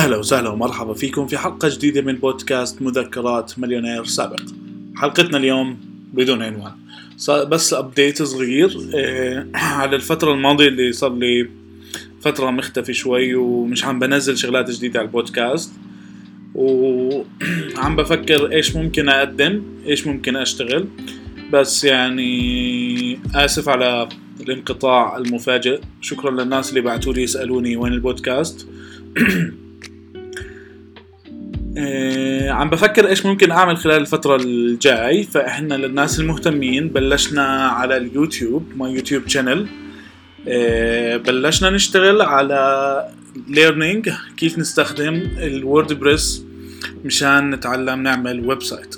أهلا وسهلا ومرحبا فيكم في حلقة جديدة من بودكاست مذكرات مليونير سابق. حلقتنا اليوم بدون عنوان، بس أبديت صغير على الفترة الماضية اللي صار لي فترة مختفي شوي ومش عم بنزل شغلات جديدة على البودكاست، وعم بفكر إيش ممكن أقدم، إيش ممكن أشتغل. بس يعني آسف على الانقطاع المفاجئ. شكرا للناس اللي بعتوا لي يسألوني وين البودكاست. عم بفكر إيش ممكن أعمل خلال الفترة الجاي. فإحنا للناس المهتمين بلشنا على اليوتيوب، ما يوتيوب channel. بلشنا نشتغل على learning كيف نستخدم الووردبريس مشان نتعلم نعمل ويب سايت.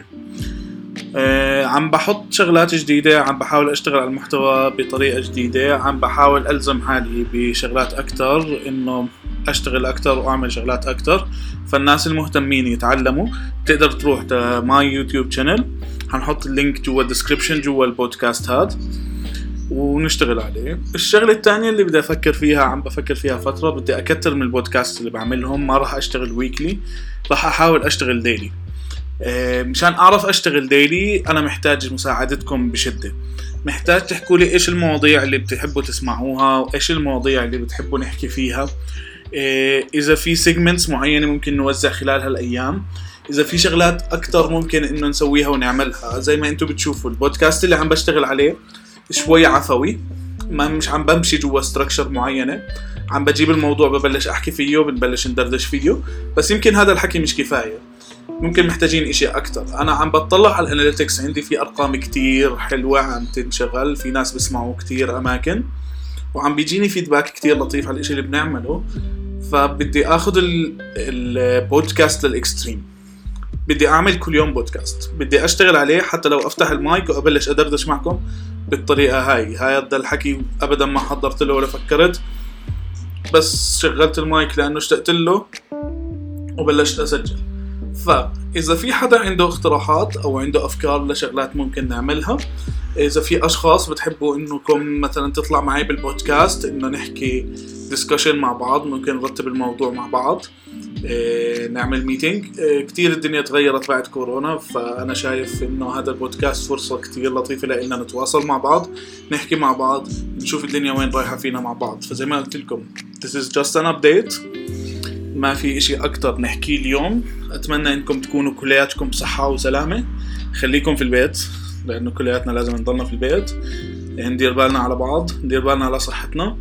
عم بحط شغلات جديدة، عم بحاول أشتغل على المحتوى بطريقة جديدة، عم بحاول ألزم حالي بشغلات أكتر، إنه أشتغل أكتر وأعمل شغلات أكتر. فالناس المهتمين يتعلموا تقدر تروح ماي يوتيوب channel، هنحط اللينك جوا الديسكريبشن جوا البودكاست هاد ونشتغل عليه. الشغلة الثانية اللي بدي أفكر فيها، عم بفكر فيها فترة، بدي أكتر من البودكاست اللي بعملهم. ما راح أشتغل ويكلي، راح أحاول أشتغل ديلي. مشان أعرف أشتغل ديلي أنا محتاج مساعدتكم بشدة. محتاج تحكوا لي إيش المواضيع اللي بتحبوا تسمعوها وإيش المواضيع اللي بتحبوا نحكي فيها. إذا في segments معينة ممكن نوزع خلال هالأيام. إذا في شغلات أكتر ممكن إنه نسويها ونعملها. زي ما أنتوا بتشوفوا البودكاست اللي عم بشتغل عليه شوي عفوي، ما مش عم بمشي جوا structure معينة. عم بجيب الموضوع ببلش أحكي فيه وبنبلش ندردش فيه. بس يمكن هذا الحكي مش كفاية، ممكن محتاجين إشي أكتر. أنا عم بطلع على الاناليتكس، عندي في أرقام كتير حلوة عم تنشغل، في ناس بسمعوا كتير أماكن، وعم بيجيني فيدباك كتير لطيف على الإشي اللي بنعمله. فبدي أخذ البودكاست للإكستريم. بدي أعمل كل يوم بودكاست، بدي أشتغل عليه حتى لو أفتح المايك وأبلش أدردش معكم بالطريقة هاي. هذا الحكي أبدا ما حضرت له ولا فكرت، بس شغلت المايك لأنه اشتقت له وبلشت أسجل. فإذا في حدا عنده اقتراحات أو عنده أفكار لشغلات ممكن نعملها، إذا في أشخاص بتحبوا إنكم مثلا تطلع معي بالبودكاست إنه نحكي ديسكشن مع بعض، ممكن نرتب الموضوع مع بعض، نعمل ميتينج. كتير الدنيا تغيرت بعد كورونا، فأنا شايف إنه هذا البودكاست فرصة كتير لطيفة لإلنا نتواصل مع بعض، نحكي مع بعض، نشوف الدنيا وين رايحة فينا مع بعض. فزي ما قلت لكم this is just an update، ما في إشي أكتر نحكي اليوم. أتمنى إنكم تكونوا كلياتكم بصحة وسلامة. خليكم في البيت لأنه كلياتنا لازم نضلنا في البيت. ندير بالنا على بعض، ندير بالنا على صحتنا.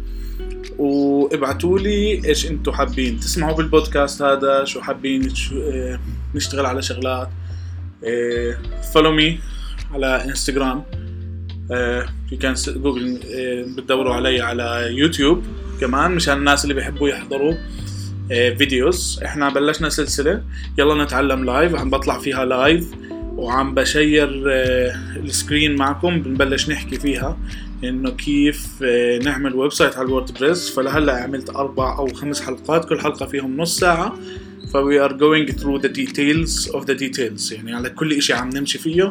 وابعتوا لي إيش أنتوا حابين تسمعوا بالبودكاست هذا، شو حابين نشتغل على شغلات. follow me على إنستغرام. you can جوجل بتدوروا علي على يوتيوب كمان مشان الناس اللي بيحبوا يحضروا فيديوز. احنا بلشنا سلسلة يلا نتعلم لايف، عم بطلع فيها لايف وعم بشير السكرين معكم، بنبلش نحكي فيها انه كيف نعمل ويب سايت على الووردبريس. فلهلا عملت 4 أو 5 حلقات، كل حلقة فيهم نص ساعة. we are going through the details of the details، يعني على كل اشي عم نمشي فيه.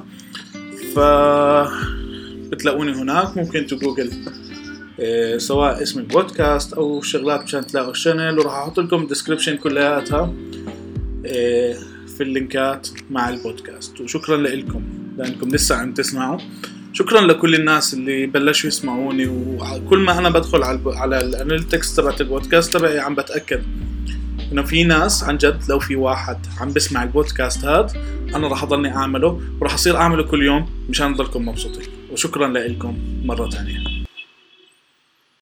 بتلاقوني هناك، ممكن تجوجل سواء اسم البودكاست او شغلات مشان تلاقوا الشانل، وراح احط لكم الديسكريبشن كلياتها في اللينكات مع البودكاست. وشكرا لكم لانكم لسه عم تسمعوا. شكرا لكل الناس اللي بلشوا يسمعوني، وكل ما انا بدخل على الاناليتكس تبعت البودكاست تبعي عم بتاكد انه في ناس عن جد. لو في واحد عم بسمع البودكاست هاد، انا راح اضلني اعمله وراح اصير اعمله كل يوم مشان اضلكم مبسوطين. وشكرا لكم مرة تانية.